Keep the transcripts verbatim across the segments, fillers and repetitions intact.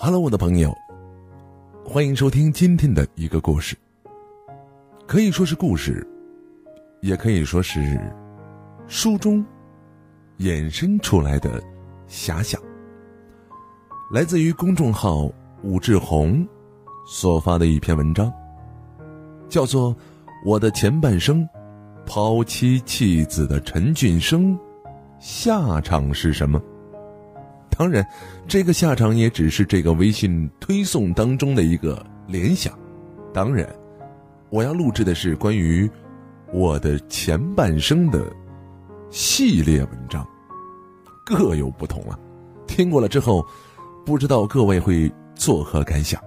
Hello， 我的朋友，欢迎收听今天的一个故事。可以说是故事，也可以说是书中衍生出来的遐想。来自于公众号武志红所发的一篇文章，叫做《我的前半生抛妻弃子的陈俊生下场是什么》。当然，这个下场也只是这个微信推送当中的一个联想。当然，我要录制的是关于我的前半生的系列文章，各有不同啊。听过了之后，不知道各位会作何感想。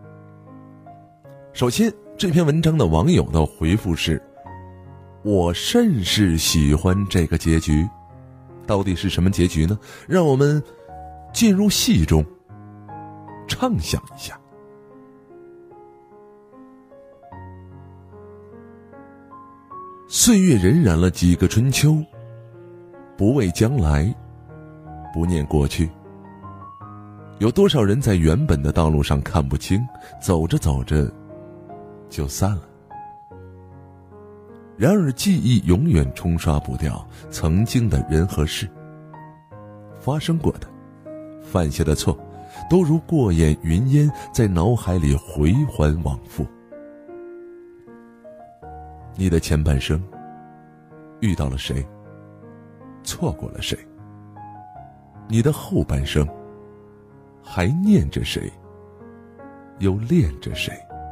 首先，这篇文章的网友的回复是：我甚是喜欢这个结局。到底是什么结局呢？让我们进入戏中畅想一下。岁月荏苒了几个春秋，不畏将来，不念过去。有多少人在原本的道路上看不清，走着走着就散了。然而记忆永远冲刷不掉曾经的人和事，发生过的犯下的错，都如过眼云烟，在脑海里回环往复。你的前半生遇到了谁，错过了谁？你的后半生还念着谁，又恋着谁？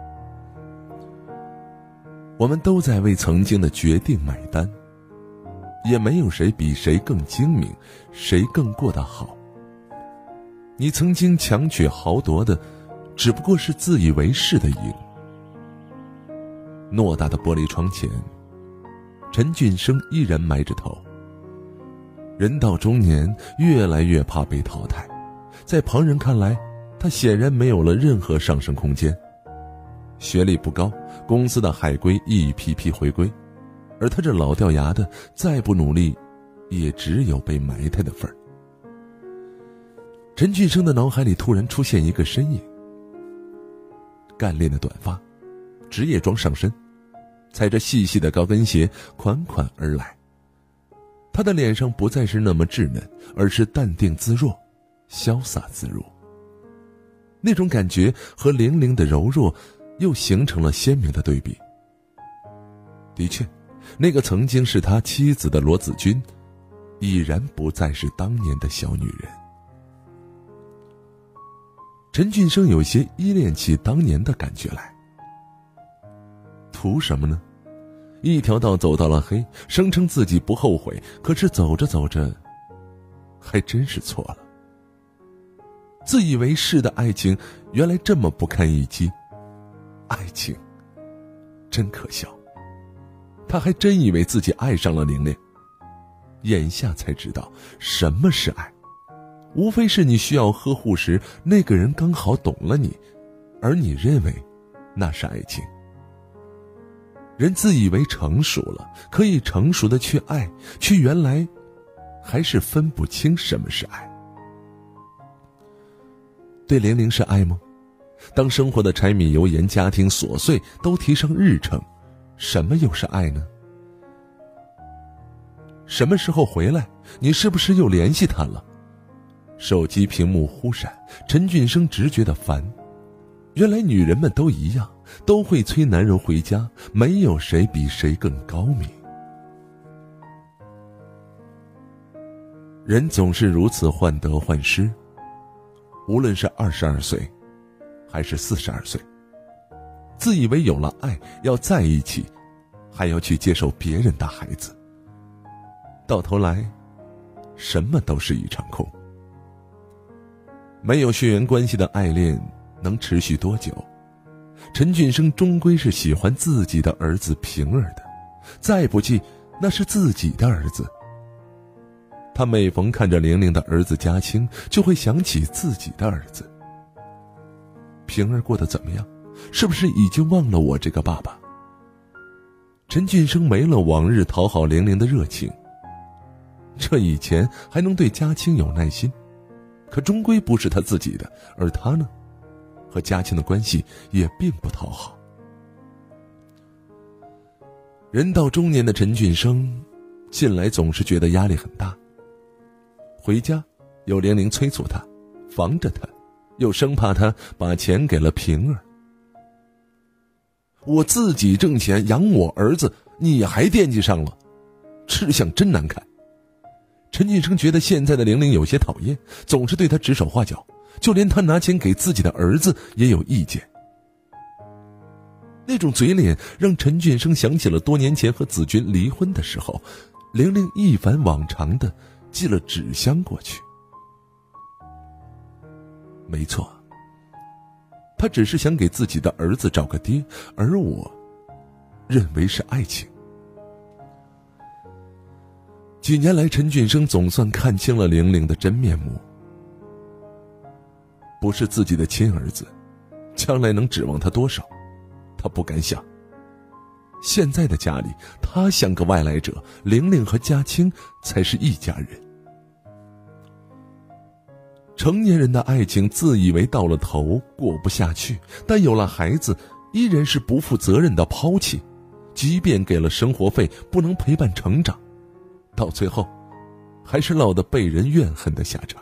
我们都在为曾经的决定买单，也没有谁比谁更精明，谁更过得好。你曾经强取豪夺的，只不过是自以为是的赢。偌大的玻璃窗前，陈俊生依然埋着头。人到中年，越来越怕被淘汰，在旁人看来，他显然没有了任何上升空间。学历不高，公司的海归一批批回归，而他这老掉牙的，再不努力，也只有被埋汰的份儿。陈俊生的脑海里突然出现一个身影，干练的短发，职业装上身，踩着细细的高跟鞋款款而来。他的脸上不再是那么稚嫩，而是淡定自若，潇洒自如。那种感觉和玲玲的柔弱又形成了鲜明的对比。的确，那个曾经是他妻子的罗子君，已然不再是当年的小女人。陈俊生有些依恋起当年的感觉来。图什么呢？一条道走到了黑，声称自己不后悔，可是走着走着还真是错了。自以为是的爱情原来这么不堪一击，爱情真可笑。他还真以为自己爱上了玲玲，眼下才知道什么是爱，无非是你需要呵护时，那个人刚好懂了你，而你认为那是爱情。人自以为成熟了，可以成熟的去爱，却原来还是分不清什么是爱。对玲玲是爱吗？当生活的柴米油盐、家庭琐碎都提上日程，什么又是爱呢？什么时候回来？你是不是又联系他了？手机屏幕忽闪，陈俊生直觉得烦。原来女人们都一样，都会催男人回家，没有谁比谁更高明。人总是如此患得患失，无论是二十二岁还是四十二岁，自以为有了爱要在一起，还要去接受别人的孩子，到头来什么都是一场空。没有血缘关系的爱恋能持续多久？陈俊生终归是喜欢自己的儿子平儿的，再不济那是自己的儿子。他每逢看着玲玲的儿子嘉清，就会想起自己的儿子。平儿过得怎么样？是不是已经忘了我这个爸爸？陈俊生没了往日讨好玲玲的热情，这以前还能对嘉清有耐心，可终归不是他自己的，而他呢， 和嘉庆的关系也并不讨好。人到中年的陈俊生近来总是觉得压力很大，回家有玲玲催促他，防着他，又生怕他把钱给了平儿。我自己挣钱养我儿子，你还惦记上了，吃相真难看。陈俊生觉得现在的玲玲有些讨厌，总是对他指手画脚，就连他拿钱给自己的儿子也有意见。那种嘴脸让陈俊生想起了多年前和子君离婚的时候，玲玲一反往常的寄了纸箱过去。没错，他只是想给自己的儿子找个爹，而我认为是爱情。几年来，陈俊生总算看清了玲玲的真面目。不是自己的亲儿子，将来能指望他多少，他不敢想。现在的家里，他像个外来者，玲玲和嘉庆才是一家人。成年人的爱情自以为到了头过不下去，但有了孩子依然是不负责任的抛弃，即便给了生活费，不能陪伴成长，到最后还是落得被人怨恨的下场。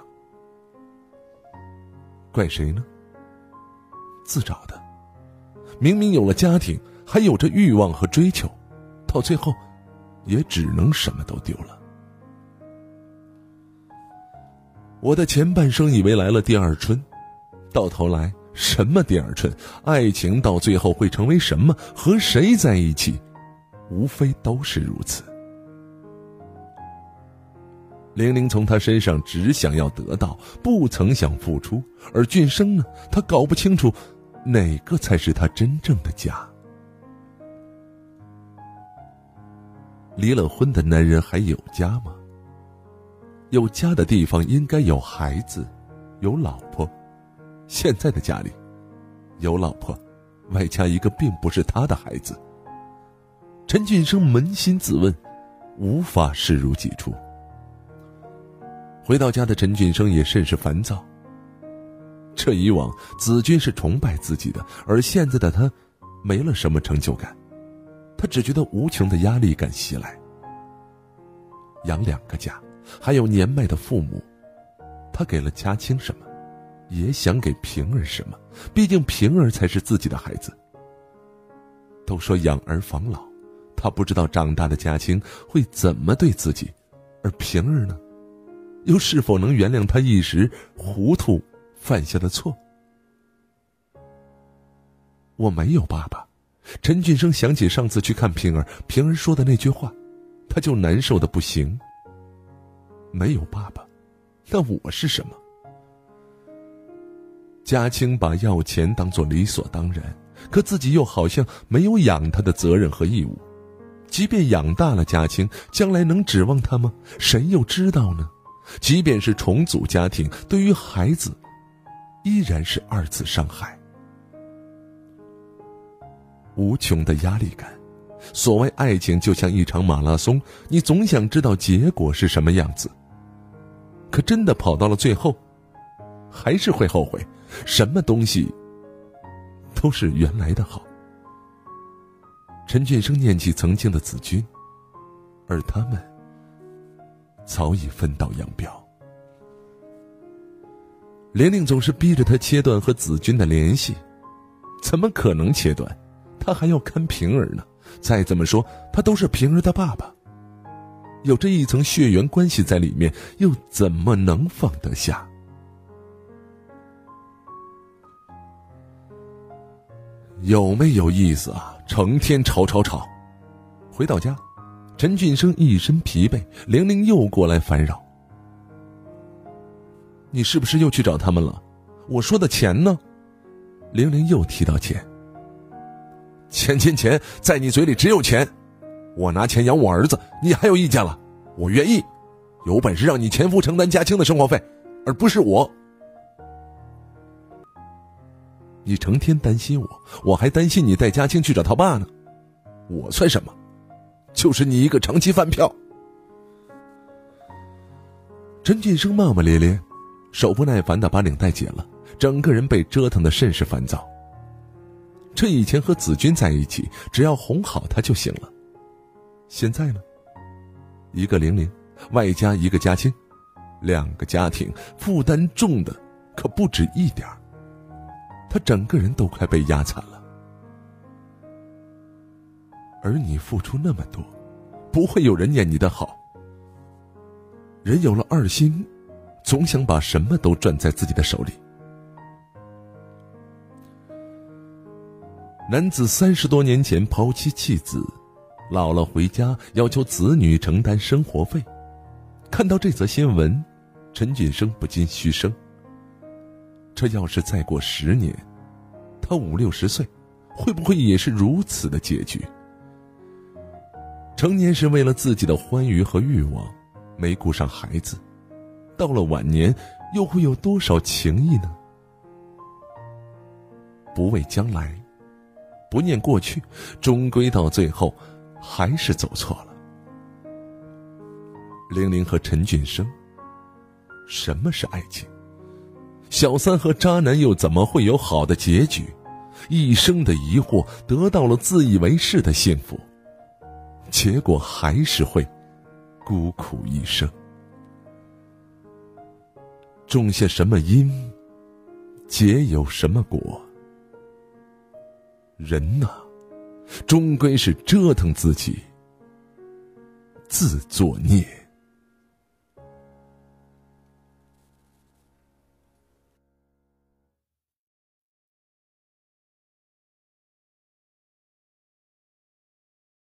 怪谁呢？自找的。明明有了家庭，还有着欲望和追求，到最后也只能什么都丢了。我的前半生以为来了第二春，到头来什么第二春，爱情到最后会成为什么，和谁在一起，无非都是如此。玲玲从他身上只想要得到，不曾想付出，而俊生呢，他搞不清楚哪个才是他真正的家。离了婚的男人还有家吗？有家的地方应该有孩子，有老婆。现在的家里有老婆，外加一个并不是他的孩子。陈俊生扪心自问，无法视如己出。回到家的陈俊生也甚是烦躁。这以往子君是崇拜自己的，而现在的他没了什么成就感，他只觉得无穷的压力感袭来。养两个家，还有年迈的父母，他给了嘉庆什么，也想给平儿什么，毕竟平儿才是自己的孩子。都说养儿防老，他不知道长大的嘉庆会怎么对自己，而平儿呢，又是否能原谅他一时糊涂犯下的错？我没有爸爸。陈俊生想起上次去看平儿，平儿说的那句话，他就难受的不行。没有爸爸，那我是什么？嘉庆把要钱当作理所当然，可自己又好像没有养他的责任和义务。即便养大了嘉庆，将来能指望他吗？谁又知道呢？即便是重组家庭，对于孩子依然是二次伤害。无穷的压力感。所谓爱情就像一场马拉松，你总想知道结果是什么样子，可真的跑到了最后，还是会后悔。什么东西都是原来的好。陈俊生念起曾经的子君，而他们早已分道扬镳。玲玲总是逼着他切断和子君的联系，怎么可能切断？他还要看平儿呢，再怎么说他都是平儿的爸爸，有这一层血缘关系在里面，又怎么能放得下？有没有意思啊？成天吵吵吵。回到家，陈俊生一身疲惫，玲玲又过来烦扰。你是不是又去找他们了？我说的钱呢？玲玲又提到钱。钱钱钱，在你嘴里只有钱。我拿钱养我儿子，你还有意见了？我愿意，有本事让你前夫承担嘉庆的生活费，而不是我。你成天担心我，我还担心你带嘉庆去找他爸呢。我算什么？就是你一个长期饭票。陈俊生骂骂咧咧，手不耐烦地把领带解了， 整个人被折腾得甚是烦躁。这以前和子君在一起，只要哄好他就行了。现在呢，一个玲玲，外加一个嘉欣，两个家庭负担重的可不止一点儿，他整个人都快被压惨了。而你付出那么多，不会有人念你的好。人有了二心，总想把什么都攥在自己的手里。男子三十多年前抛妻弃子，姥姥回家要求子女承担生活费。看到这则新闻，陈俊生不禁嘘声。这要是再过十年，他五六十岁，会不会也是如此的结局？成年时为了自己的欢愉和欲望，没顾上孩子，到了晚年，又会有多少情谊呢？不畏将来，不念过去，终归到最后还是走错了。玲玲和陈俊生，什么是爱情？小三和渣男又怎么会有好的结局？一生的疑惑得到了自以为是的幸福，结果还是会孤苦一生。种下什么因，结有什么果。人呐、啊，终归是折腾自己，自作孽。